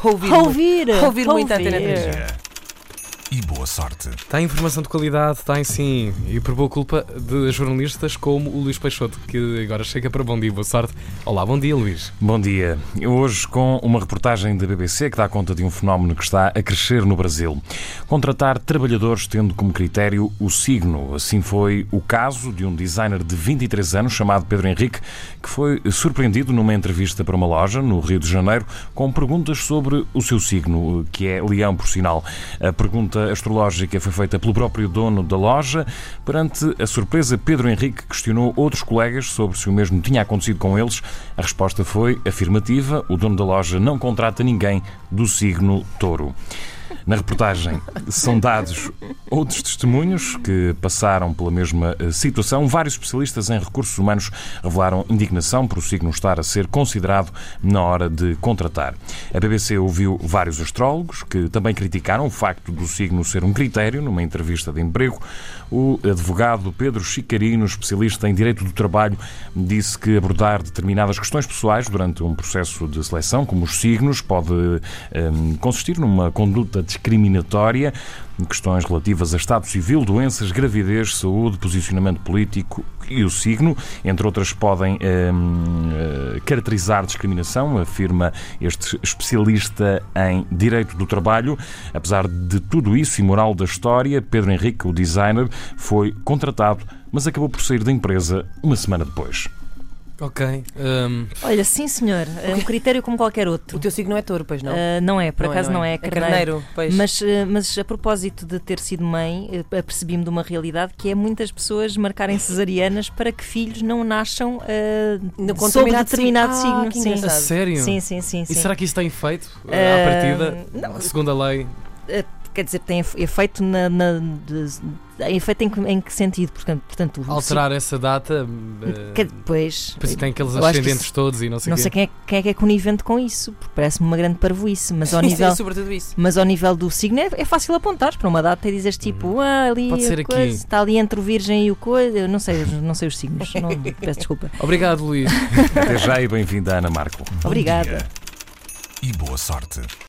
ouvir muita Antena 3. E boa sorte. Tem informação de qualidade, tem sim. E por boa culpa de jornalistas como o Luís Peixoto, que agora chega para Bom Dia, boa sorte. Olá, bom dia, Luís. Bom dia. Hoje com uma reportagem da BBC que dá conta de um fenómeno que está a crescer no Brasil. Contratar trabalhadores tendo como critério o signo. Assim foi o caso de um designer de 23 anos chamado Pedro Henrique, que foi surpreendido numa entrevista para uma loja no Rio de Janeiro com perguntas sobre o seu signo, que é Leão, por sinal. A pergunta astrológica foi feita pelo próprio dono da loja. Perante a surpresa, Pedro Henrique questionou outros colegas sobre se o mesmo tinha acontecido com eles. A resposta foi afirmativa. O dono da loja não contrata ninguém do signo Touro. Na reportagem são dados outros testemunhos que passaram pela mesma situação. Vários especialistas em recursos humanos revelaram indignação por o signo estar a ser considerado na hora de contratar. A BBC ouviu vários astrólogos que também criticaram o facto do signo ser um critério numa entrevista de emprego. O advogado Pedro Chicarino, especialista em direito do trabalho, disse que abordar determinadas questões pessoais durante um processo de seleção, como os signos, pode consistir numa conduta discriminatória, questões relativas a estado civil, doenças, gravidez, saúde, posicionamento político e o signo, entre outras, podem caracterizar discriminação, afirma este especialista em direito do trabalho. Apesar de tudo isso e moral da história, Pedro Henrique, o designer, foi contratado, mas acabou por sair da empresa uma semana depois. Ok. Olha, sim senhor, é um critério como qualquer outro. O teu signo é Touro, pois não? Não é, por acaso não é. É carneiro, pois. Mas a propósito de ter sido mãe, apercebi-me de uma realidade que é muitas pessoas marcarem cesarianas para que filhos não nasçam sob determinado signo. Sim. A sério? Sim. E será que isso tem efeito à partida? Não. Segundo a lei? Quer dizer, tem efeito efeito em que sentido? Portanto, alterar essa data? Depois tem aqueles ascendentes todos e não sei quem é que é conivente com isso, porque parece-me uma grande parvoíce, mas ao nível, sobretudo isso. Mas ao nível do signo é fácil apontar para uma data e dizeres tipo, ali pode ser aqui. Está ali entre o Virgem e o coisa, eu não sei os signos, peço desculpa. Obrigado, Luís. Até já e bem-vinda, Ana Marco. Obrigada. E boa sorte.